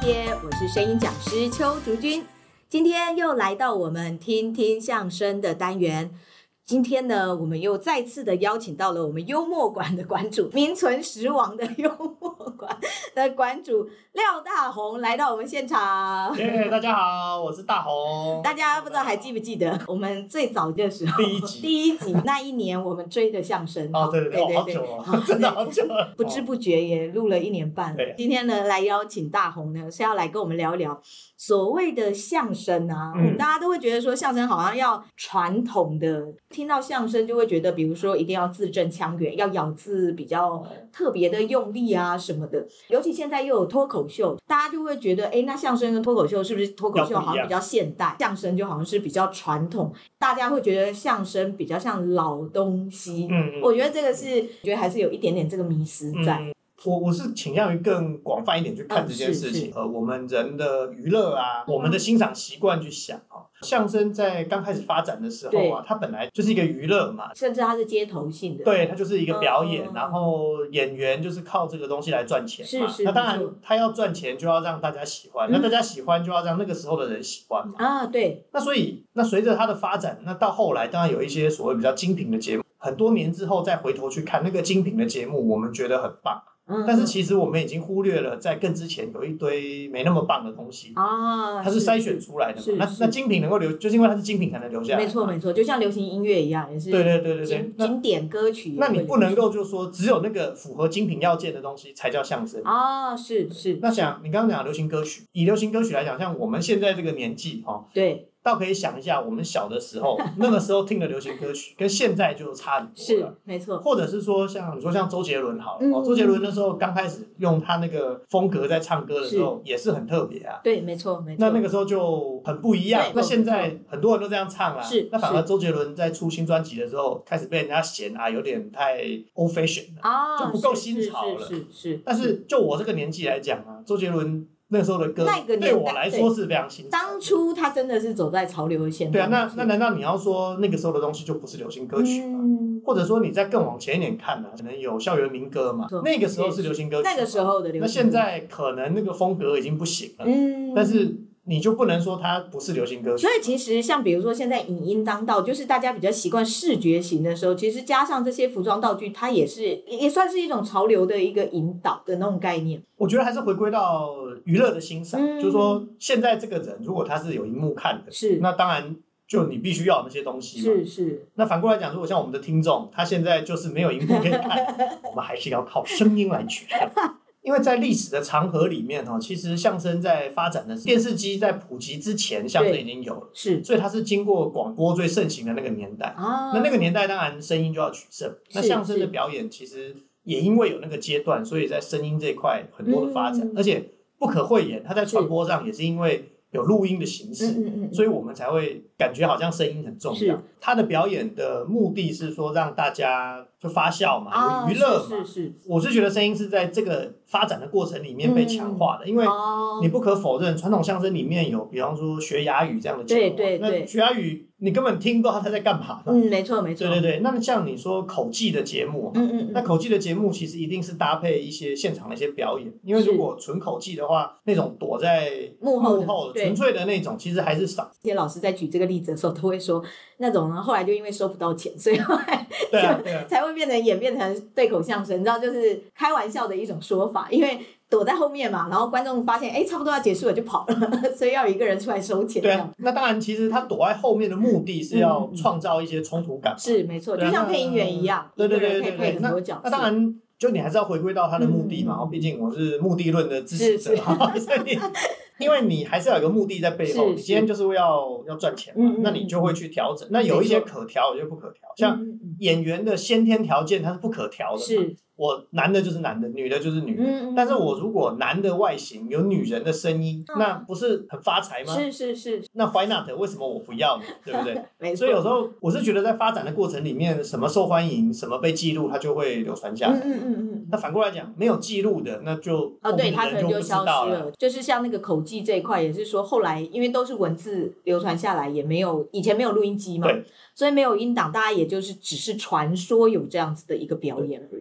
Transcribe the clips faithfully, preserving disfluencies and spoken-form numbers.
街，我是声音讲师邱竹君，今天又来到我们听听相声的单元。今天呢，我们又再次的邀请到了我们幽默馆的馆主，名存实亡的幽默馆的馆主廖大宏来到我们现场。 耶、yeah, 大家好，我是大宏。 大家不知道还记不记得我们最早的时候， 第一集， 第一集那一年我们追的相声哦，对对 对, 对, 对, 对, 对，好久哦，真的好久了， 不知不觉也录了一年半了。今天呢，来邀请大宏呢，是要来跟我们聊一聊所谓的相声啊。嗯，大家都会觉得说相声好像要传统的，听到相声就会觉得，比如说一定要字正腔圆，要咬字比较特别的用力啊什么的。尤其现在又有脱口秀，大家就会觉得，哎，那相声跟脱口秀是不是脱口秀好像比较现代，相声就好像是比较传统？大家会觉得相声比较像老东西。嗯，我觉得这个是，我觉得还是有一点点这个迷思在。嗯， 我我是倾向于更广泛一点去看这件事情，呃、嗯，我们人的娱乐啊，嗯、我们的欣赏习惯去想啊。相声在刚开始发展的时候啊，它本来就是一个娱乐嘛， 甚至它是街头性的， 对，它就是一个表演，嗯、然后演员就是靠这个东西来赚钱嘛。是是，那当然他要赚钱就要让大家喜欢，嗯、那大家喜欢就要让那个时候的人喜欢嘛。啊，对。那所以，那随着它的发展，那到后来当然有一些所谓比较精品的节目，很多年之后再回头去看那个精品的节目，我们觉得很棒。但是其实我们已经忽略了，在更之前有一堆没那么棒的东西啊，它是筛选出来的嘛。那那精品能够留，就是因为它是精品才能留下来。 没错没错，就像流行音乐一样，也是。 对对对对对， 经典歌曲。 那你不能够就说只有那个符合精品要件的东西才叫相声啊，是是。 那想你刚刚讲流行歌曲，以流行歌曲来讲，像我们现在这个年纪哈， 对。 倒可以想一下，我们小的时候，那个时候听的流行歌曲，跟现在就差很多了。 是，没错。 或者是说像，你说像周杰伦好了，嗯、周杰伦那时候刚开始用他那个风格在唱歌的时候，也是很特别啊。 对，没错，没错。 那那个时候就很不一样。那现在很多人都这样唱啦。是。那反而周杰伦在出新专辑的时候，开始被人家嫌啊，有点太 old fashion 了，啊、就不够新潮了。 是是 是, 是。 但是就我这个年纪来讲啊，周杰伦。那个时候的歌，那个对我来说是非常新潮。 当初他真的是走在潮流的线。 对啊，那那难道你要说那个时候的东西就不是流行歌曲吗？嗯、或者说你再更往前一点看呢、啊，可能有校园民歌嘛，那个时候是流行歌曲。 那个时候的流行歌曲。 那现在可能那个风格已经不行了。嗯。但是你就不能说它不是流行歌曲。 所以其实像比如说现在影音当道，就是大家比较习惯视觉型的时候，其实加上这些服装道具，它也是也算是一种潮流的一个引导的那种概念。 我觉得还是回归到娱乐的欣赏，嗯、就是说现在这个人如果他是有荧幕看的，是那当然就你必须要有那些东西嘛。是是。那反过来讲，如果像我们的听众，他现在就是没有荧幕可以看，我们还是要靠声音来取胜。因为在历史的长河里面，其实相声在发展的电视机在普及之前，相声已经有了，是，所以它是经过广播最盛行的那个年代。啊、那那个年代当然声音就要取胜，那相声的表演其实也因为有那个阶段，所以在声音这一块很多的发展，嗯、而且不可讳言，它在传播上也是因为有录音的形式，嗯嗯嗯，所以我们才会感觉好像声音很重要。他的表演的目的是说让大家就发笑嘛，啊、有娱乐嘛。是是是，我是觉得声音是在这个发展的过程里面被强化的，嗯、因为你不可否认，传统相声里面有，比方说学哑语这样的节目，对对对，那学哑语你根本听不到他在干嘛嘛。 嗯，没错没错。 对对对，那么像你说口技的节目，嗯嗯，那口技的节目其实一定是搭配一些现场的一些表演，因为如果纯口技的话，那种躲在幕后幕后纯粹的那种，其实还是少。 这些老师在举这个例子的时候，都会说那种呢，后来就因为收不到钱，所以后来对啊对啊才会变成演变成对口相声，你知道，就是开玩笑的一种说法，因为躲在后面嘛，然后观众发现哎差不多要结束了就跑了，所以要有一个人出来收钱。 对啊，那当然其实他躲在后面的目的是要创造一些冲突感。 是没错，就像配音员一样， 对对对对对， 可以配很多角色。 那当然就你还是要回归到他的目的嘛，然后毕竟我是目的论的支持者，所以因为你还是要有个目的在背后，你今天就是要要赚钱嘛，那你就会去调整。那有一些可调，有些不可调，像演员的先天条件它是不可调的，是。我男的就是男的，女的就是女的。嗯、但是我如果男的外形有女人的声音，嗯、那不是很发财吗？ 是是是。 那 why not？ 为什么我不要呢？对不对？ 没错。 所以有时候我是觉得在发展的过程里面，什么受欢迎，什么被记录，它就会流传下来。嗯嗯嗯嗯。那反过来讲，没有记录的，那就哦，对，它可能就消失了。就是像那个口技这一块，也是说后来因为都是文字流传下来，也没有以前没有录音机嘛，对，所以没有音档，大家也就是只是传说有这样子的一个表演而已。 那另外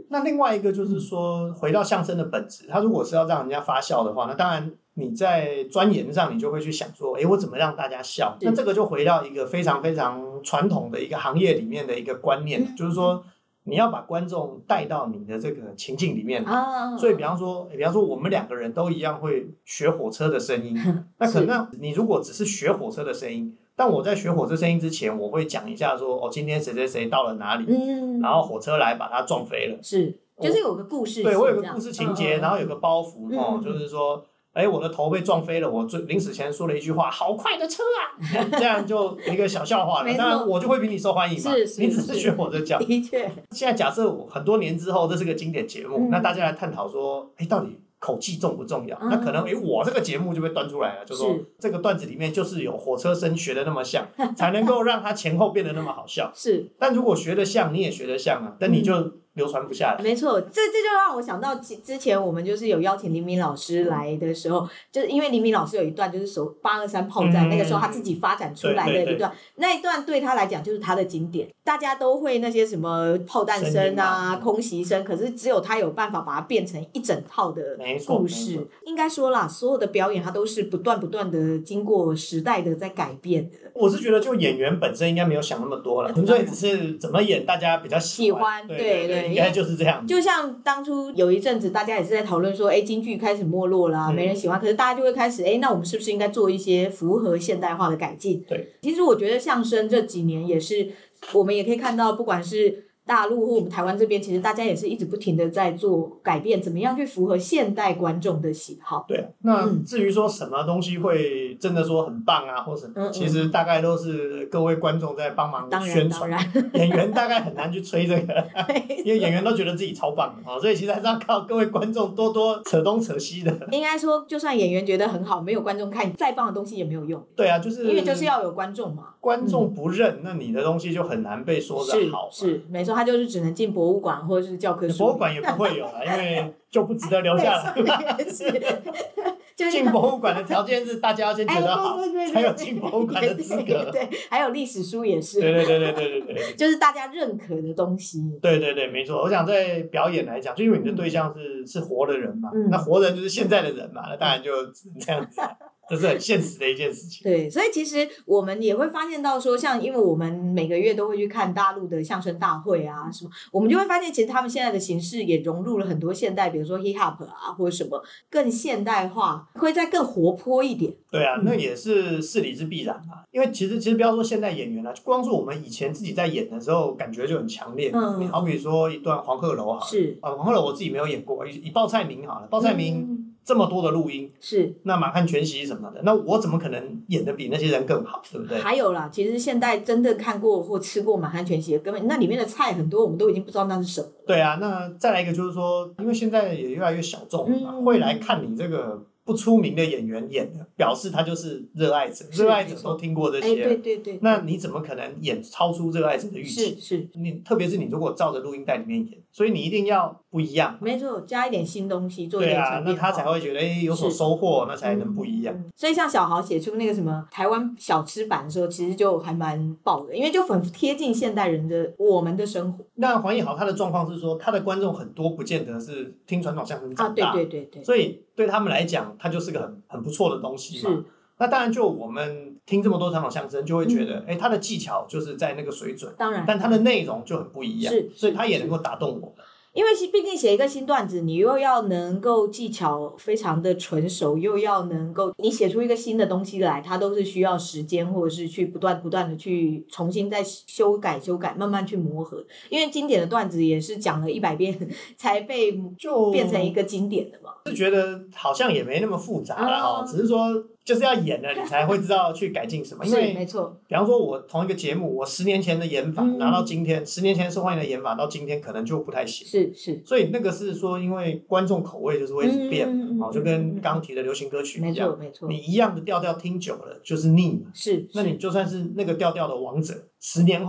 外一个就是说，回到相声的本质，它如果是要让人家发笑的话，那当然你在钻研上，你就会去想说，哎，我怎么让大家笑？那这个就回到一个非常非常传统的一个行业里面的一个观念，嗯、就是说你要把观众带到你的这个情境里面。啊、所以，比方说，比方说我们两个人都一样会学火车的声音，那可能你如果只是学火车的声音。但我在学火车声音之前，我会讲一下说，哦，今天谁谁谁到了哪里，嗯，然后火车来把它撞飞了， 是，就是有个故事， 对我有个故事情节，嗯、然后有个包袱，嗯、哦，就是说，哎，我的头被撞飞了，我最临死前说了一句话，好快的车啊，这样就一个小笑话了。当然，我就会比你受欢迎嘛， 是是， 你只是学火车讲， 的确。 现在假设很多年之后，这是个经典节目，嗯、那大家来探讨说，哎，到底口技重不重要？嗯、那可能诶，我这个节目就被端出来了，就说这个段子里面就是有火车声学的那么像，才能够让它前后变得那么好笑。 是， 但如果学得像，你也学得像啊，但你就流传不下来。 嗯、没错，这这就让我想到之前我们就是有邀请林敏老师来的时候，就是因为林敏老师有一段就是手八二三炮战、嗯、那个时候他自己发展出来的一段，对对对，那一段对他来讲就是他的经典，大家都会那些什么炮弹声啊、空袭声，可是只有他有办法把它变成一整套的故事。应该说啦，所有的表演它都是不断不断的经过时代的在改变的。 我是觉得就演员本身应该没有想那么多了，纯粹只是怎么演大家比较喜欢， 喜欢对 对, 对, 对， 应该就是这样。 就像当初有一阵子大家也是在讨论说，哎，京剧开始没落啦、嗯、没人喜欢，可是大家就会开始，哎，那我们是不是应该做一些符合现代化的改进？ 对， 其实我觉得相声这几年也是，我们也可以看到，不管是大陆或我们台湾这边，其实大家也是一直不停的在做改变，怎么样去符合现代观众的喜好。 对，那至于说什么东西会真的说很棒啊，或者、嗯、其实大概都是各位观众在帮忙宣传，演员大概很难去吹这个，因为演员都觉得自己超棒的，所以其实还是要靠各位观众多多扯东扯西的。 应该说，就算演员觉得很好，没有观众看，再棒的东西也没有用。 对啊，就是因为就是要有观众嘛， 观众不认，嗯、那你的东西就很难被说得好。 是是，没错。他就是只能进博物馆或者是教科书， 博物馆也不会有了，因为就不值得留下来。 就是进博物馆的条件是大家要先觉得好，哎、对对对对才有进博物馆的资格。 对, 对, 对，还有历史书也是。 对对对对对对对， 就是大家认可的东西。 对对对，没错。我想在表演来讲，就因为你的对象是、嗯、是活的人嘛、嗯，那活人就是现在的人嘛，那当然就只能这样子。这是很现实的一件事情。 对，所以其实我们也会发现到说，像因为我们每个月都会去看大陆的相声大会啊什么，我们就会发现其实他们现在的形式也融入了很多现代，比如说 hip hop 啊或者什么更现代化，会再更活泼一点。 对啊，那也是事理之必然嘛。因为其实其实不要说现代演员了，光是我们以前自己在演的时候，感觉就很强烈。嗯，好比说一段黄鹤楼好了， 是啊， 黄鹤楼我自己没有演过，以以报菜名好了，报菜名。嗯，这么多的录音， 是那满汉全席什么的，那我怎么可能演得比那些人更好，对不对？ 还有啦，其实现在真的看过或吃过满汉全席的，根本那里面的菜很多我们都已经不知道那是什么。 对啊，那再来一个就是说，因为现在也越来越小众了嘛、嗯，会来看你这个不出名的演员演的，表示他就是热爱者，热爱者都听过这些、 欸，对对 对, 对。 那你怎么可能演超出热爱者的预期？ 是是， 你特别是你如果照着录音带里面演，所以你一定要不一样。 没错，加一点新东西，做一点对啊，那他才会觉得哎、欸、有所收获，那才能不一样、嗯嗯。 所以像小豪写出那个什么台湾小吃版的时候，其实就还蛮爆的，因为就很贴近现代人的我们的生活。 那黄义豪他的状况是说，他的观众很多不见得是听传统相声长大， 啊，对对对对， 所以对他们来讲，它就是个很很不错的东西嘛。是。那当然，就我们听这么多传统相声，就会觉得，哎、嗯，他的技巧就是在那个水准， 当然， 但他的内容就很不一样， 是， 所以他也能够打动我们。 因为毕竟写一个新段子，你又要能够技巧非常的纯熟，又要能够你写出一个新的东西来，它都是需要时间，或者是去不断不断的去重新再修改修改，慢慢去磨合。因为经典的段子也是讲了一百遍才被就变成一个经典的嘛。 是觉得好像也没那么复杂啦、哦嗯、只是说就是要演了，你才会知道去改进什么。因为没错， 比方说我同一个节目，我十年前的演法、嗯、拿到今天，十年前受欢迎的演法到今天可能就不太行。 是是， 所以那个是说，因为观众口味就是会一直变，嗯嗯、就跟刚刚提的流行歌曲一样， 没错没错， 你一样的调调听久了就是腻嘛。 是， 那你就算是那个调调的王者，十年后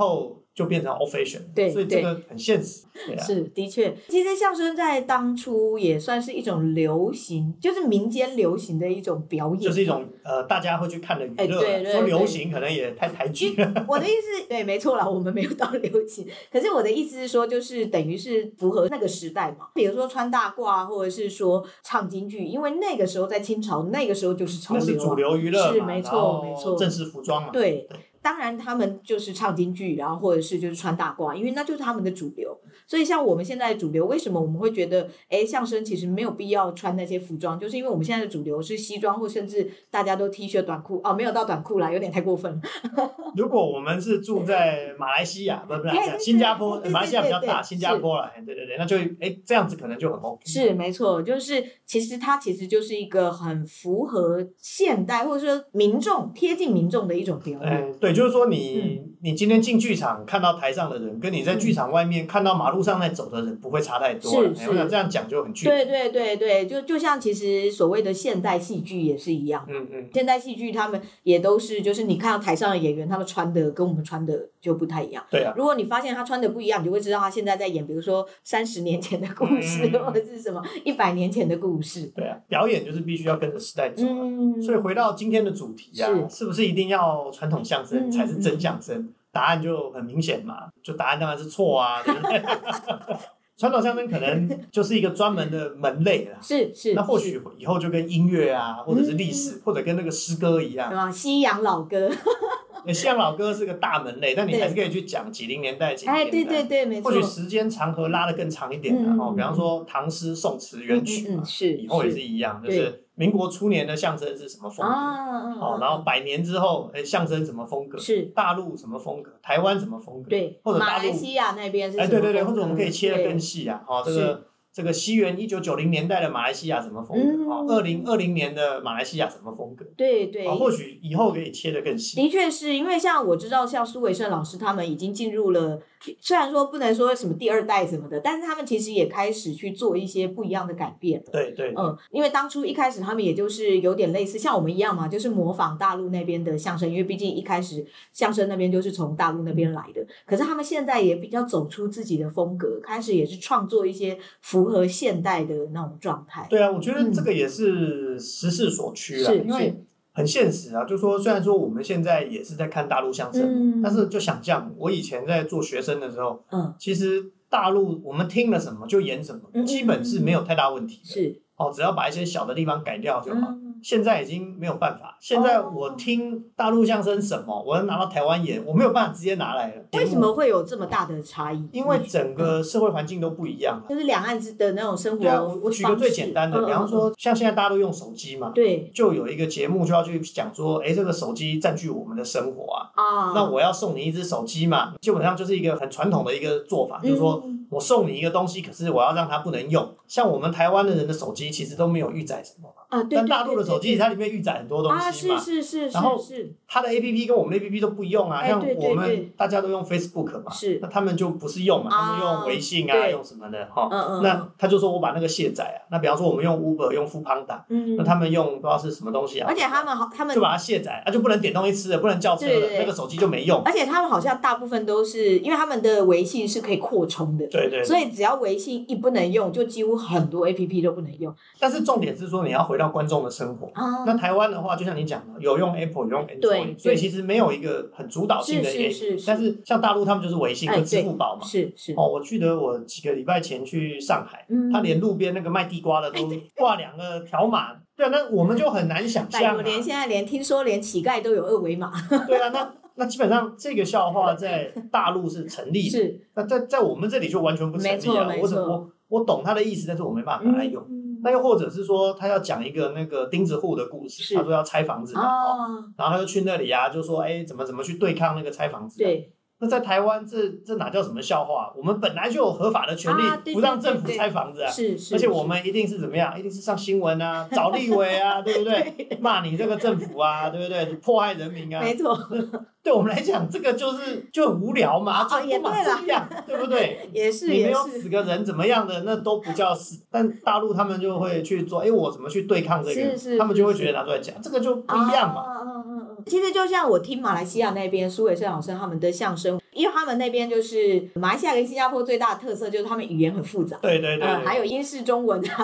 就变成 old fashion， 对， 所以这个很现实。对啊， 是的确，其实相声在当初也算是一种流行，就是民间流行的一种表演， 就是一种呃大家会去看的娱乐、啊。 对对对， 说流行可能也太抬举了。 我的意思，对，没错啦，我们没有到流行，可是我的意思是说，就是等于是符合那个时代嘛。比如说穿大褂，或者是说唱京剧，因为那个时候在清朝，那个时候就是潮流、啊， 那是主流娱乐嘛， 是没错没错， 正式服装嘛， 对。对，当然他们就是唱京剧，然后或者是就是穿大褂，因为那就是他们的主流。所以像我们现在的主流，为什么我们会觉得哎，相声其实没有必要穿那些服装，就是因为我们现在的主流是西装，或甚至大家都 T 恤短裤，哦，没有到短裤啦，有点太过分了。 如果我们是住在马来西亚，不是不是新加坡，马来西亚比较大，新加坡啦，对对对，那就哎这样子可能就很 OK。 是没错，就是其实它其实就是一个很符合现代或者说民众贴近民众的一种表演。 嗯，对，就是说你、嗯、你今天进剧场看到台上的人，跟你在剧场外面看到马路上在走的人不会差太多了。是是，我想这样讲就很具体。 对对对对，就就像其实所谓的现代戏剧也是一样。嗯嗯，现代戏剧他们也都是，就是你看到台上的演员，他们穿的跟我们穿的就不太一样。 对啊。 如果你发现他穿的不一样，你就会知道他现在在演，比如说三十年前的故事，嗯、或者是什么一百年前的故事。 对啊，表演就是必须要跟着时代走、啊。嗯。所以回到今天的主题啊，是, 是不是一定要传统相声才是真相声？嗯嗯，答案就很明显嘛，就答案当然是错啊，对不对？传统相声可能就是一个专门的门类啦， 是是。 那或许以后就跟音乐啊，或者是历史、嗯，或者跟那个诗歌一样， 对吧？西洋老歌。 西洋老歌是个大门类，但你还是可以去讲几零年代、几零年代，哎， 对对对，没错。 或许时间长河拉得更长一点的、嗯、哦，比方说唐诗、宋词、元曲嘛、嗯嗯，是，以后也是一样，就是民国初年的相声是什么风格？啊、哦，然后百年之后，哎，相声什么风格？是大陆什么风格？台湾什么风格？ 对， 或者大陆马来西亚那边是什么风格？哎，对对对，或者我们可以切得更细啊，哦，这个。这个西元一九九零年代的马来西亚什么风格？哦、嗯，二零二零年的马来西亚什么风格？ 对对、 哦，或许以后可以切得更细。 的确是因为像我知道，像苏伟胜老师他们已经进入了，虽然说不能说什么第二代什么的，但是他们其实也开始去做一些不一样的改变。 对对， 嗯，因为当初一开始他们也就是有点类似像我们一样嘛，就是模仿大陆那边的相声，因为毕竟一开始相声那边就是从大陆那边来的。可是他们现在也比较走出自己的风格，开始也是创作一些符合现代的那种状态。 对啊，我觉得这个也是时势所趋啊、嗯，因为很现实啊。就说虽然说我们现在也是在看大陆相声、嗯，但是就想象我以前在做学生的时候，嗯，其实大陆我们听了什么就演什么，嗯、基本是没有太大问题的。是哦，只要把一些小的地方改掉就好。嗯，现在已经没有办法，现在我听大陆相声什么，我要拿到台湾演，我没有办法直接拿来了。 为什么会有这么大的差异？ 因为整个社会环境都不一样了， 就是两岸的那种生活。 对啊，我举个最简单的，比方说像现在大家都用手机嘛，对，就有一个节目就要去讲说，哎，这个手机占据我们的生活啊，啊，那我要送你一只手机嘛，基本上就是一个很传统的一个做法，嗯、就是说我送你一个东西，可是我要让它不能用。像我们台湾的人的手机其实都没有预载什么嘛。啊，对，但大陆的手机它里面预载很多东西嘛，啊、是是是，然后它的 A P P 跟我们的 A P P 都不一样啊，像我们大家都用 Facebook 嘛，是，那他们就不是用嘛，他们用微信啊，用什么的哈、哦嗯，那他就说我把那个卸载啊，那比方说我们用 Uber 用 Foodpanda，嗯，那他们用不知道是什么东西啊， 而且他们好，他们就把它卸载，啊就不能点东西吃了，不能叫车了，那个手机就没用， 而且他们好像大部分都是因为他们的微信是可以扩充的， 对 对, 對， 所以只要微信一不能用，就几乎很多 A P P 都不能用。 但是重点是说你要回到观众的生活。啊、那台湾的话，就像你讲的，有用 Apple 有用 Android， 所以其实没有一个很主导性的 A P P。是是是。但是像大陆他们就是微信跟支付宝嘛。是是。哦，我记得我几个礼拜前去上海，嗯、他连路边那个卖地瓜的都挂两个条码。对啊，那我们就很难想象、啊。 我连现在连听说连乞丐都有二维码。 对啊，那那基本上这个笑话在大陆是成立的，是。那在在我们这里就完全不成立啊！我我我懂他的意思，但是我没办法拿来用。嗯那又或者是说，他要讲一个那个钉子户的故事，他说要拆房子嘛、哦，然后他就去那里啊，就说哎，怎么怎么去对抗那个拆房子、啊。对。那在台湾这这哪叫什么笑话？我们本来就有合法的权利，啊、不让政府拆房子啊！是是。而且我们一定是怎么样？一定是上新闻啊，找立委啊，对不对？骂你这个政府啊，对不对？迫害人民啊！ 没错。 对我们来讲，这个就是就很无聊嘛，就不嘛这样，对不对？ 也是， 你没有死个人怎么样的，那都不叫死。但大陆他们就会去做，哎，我怎么去对抗这个？是是，他们就会觉得拿出来讲，这个就不一样嘛。 其实就像我听马来西亚那边苏伟盛老师他们的相声，因为他们那边就是马来西亚跟新加坡最大的特色就是他们语言很复杂， 对对 对, 对、 呃，还有英式中文啊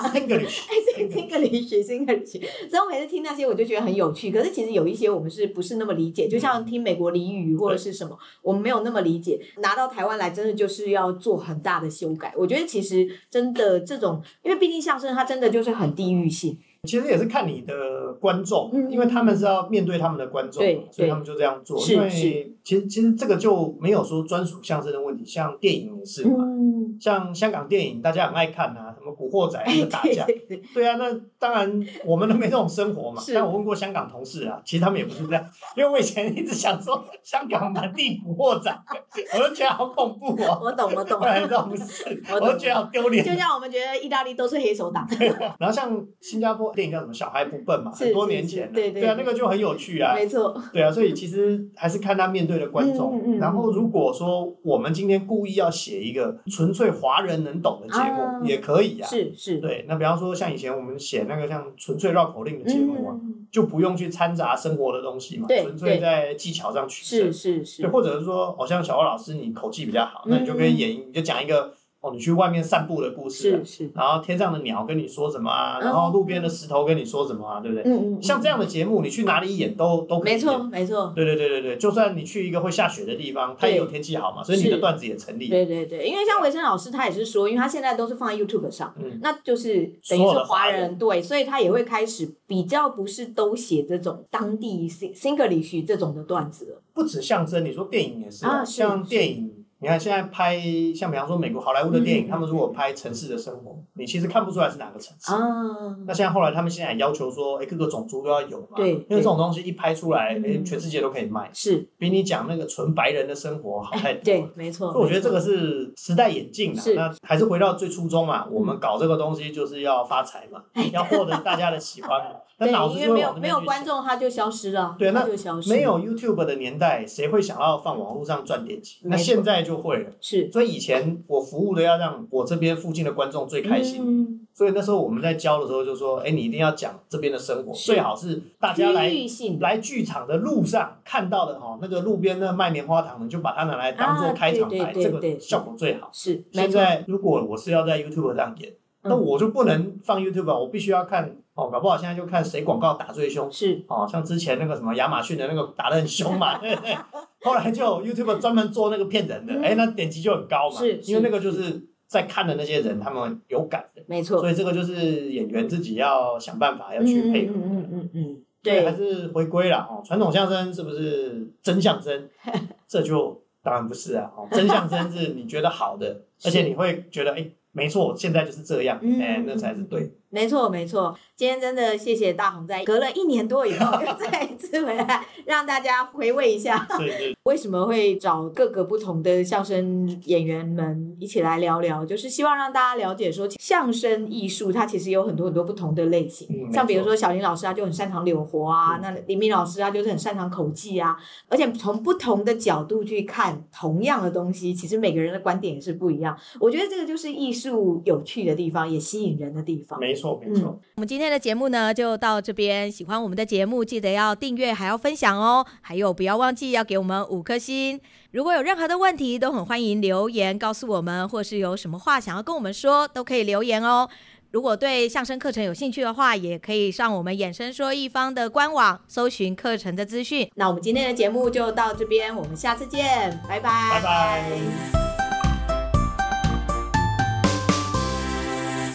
，Singlish，Singlish，Singlish， 所以我每次听那些我就觉得很有趣。可是其实有一些我们是不是那么理解？就像听美国俚语或者是什么，我们没有那么理解。拿到台湾来，真的就是要做很大的修改。我觉得其实真的这种，因为毕竟相声它真的就是很地域性。 其实也是看你的观众，嗯、因为他们是要面对他们的观众，所以他们就这样做。因为其实其实这个就没有说专属相声的问题，像电影也是嘛，嗯、像香港电影大家很爱看啊，什么古惑仔那个打架，对, 对, 对啊，那当然我们都没这种生活嘛。但我问过香港同事啊，其实他们也不是这样，因为我以前一直想说香港满地古惑仔，我就觉得好恐怖哦。 我懂我懂， 后来知道不是，我就觉得好丢脸。 就像我们觉得意大利都是黑手党， 然后像新加坡。电影叫什么？小孩不笨嘛，很多年前了， 对 对, 对啊，那个就很有趣啊， 没错， 对啊，所以其实还是看他面对的观众。嗯嗯嗯、然后如果说我们今天故意要写一个纯粹华人能懂的节目，啊、也可以啊， 是是， 对。那比方说像以前我们写那个像纯粹绕口令的节目啊，嗯、就不用去掺杂生活的东西嘛，纯粹在技巧上取胜， 是是是。 对，或者是说，好、哦、像小欧老师你口技比较好，嗯、那你就可以演，你就讲一个。哦，你去外面散步的故事、啊， 是是， 然后天上的鸟跟你说什么啊，嗯、然后路边的石头跟你说什么啊，对不对？嗯嗯。像这样的节目，你去哪里演都都可以演。 没错没错。 对对对对对，就算你去一个会下雪的地方，它也有天气好嘛，所以你的段子也成立。 对对对，因为像维生老师他也是说，因为他现在都是放在 YouTube 上，嗯、那就是等于是华人对，所以他也会开始比较不是都写这种当地 Singlish 这种的段子了。 不止相声，你说电影也是，啊、像电影。你看现在拍像比方说美国好莱坞的电影，嗯、他们如果拍城市的生活，你其实看不出来是哪个城市。啊、那现在后来他们现在也要求说，哎，各个种族都要有嘛。 对。 因为这种东西一拍出来，哎、嗯，全世界都可以卖。 是。 比你讲那个纯白人的生活好太多了。 对，没错。 所以我觉得这个是时代演进啦。那还是回到最初衷嘛，我们搞这个东西就是要发财嘛，嗯、要获得大家的喜欢嘛。 对，因为没有没有观众，他就消失了。 对，那没有 YouTube 的年代，谁会想要放网络上赚点钱？那现在就会了。 是。 所以以前我服务的要让我这边附近的观众最开心，嗯、所以那时候我们在教的时候就说，哎，你一定要讲这边的生活，最好是大家来来剧场的路上看到的哈、哦，那个路边那卖棉花糖的，就把它拿来当做开场白，啊、这个效果最好。 是。 现在如果我是要在 YouTube 上演，嗯、那我就不能放 YouTube 啊，我必须要看。哦，搞不好现在就看谁广告打最凶， 是哦，像之前那个什么亚马逊的那个打得很凶嘛，对不对？后来就有 YouTube 专门做那个骗人的，哎、嗯，那点击就很高嘛， 是， 因为那个就是在看的那些人他们有感的， 没错， 所以这个就是演员自己要想办法要去配合， 嗯嗯嗯嗯， 对，还是回归了哦，传统相声是不是真相声？这就当然不是啊，哦，真相声是你觉得好的，而且你会觉得哎。没错，现在就是这样，哎、嗯欸，那才是对。 没错，没错。今天真的谢谢大鸿，在隔了一年多以后又再一次回来，让大家回味一下， 是是为什么会找各个不同的相声演员们一起来聊聊，就是希望让大家了解说，相声艺术它其实有很多很多不同的类型，嗯、像比如说小林老师他就很擅长柳活啊，嗯、那林明老师他就是很擅长口技啊，而且从不同的角度去看同样的东西，其实每个人的观点也是不一样。我觉得这个就是艺术有趣的地方，也吸引人的地方。 没错没错、嗯、 我们今天的节目呢就到这边，喜欢我们的节目记得要订阅还要分享哦，还有不要忘记要给我们五颗星。如果有任何的问题都很欢迎留言告诉我们，或是有什么话想要跟我们说都可以留言哦。如果对相声课程有兴趣的话，也可以上我们衍声说艺方的官网搜寻课程的资讯。那我们今天的节目就到这边，我们下次见，拜拜拜拜。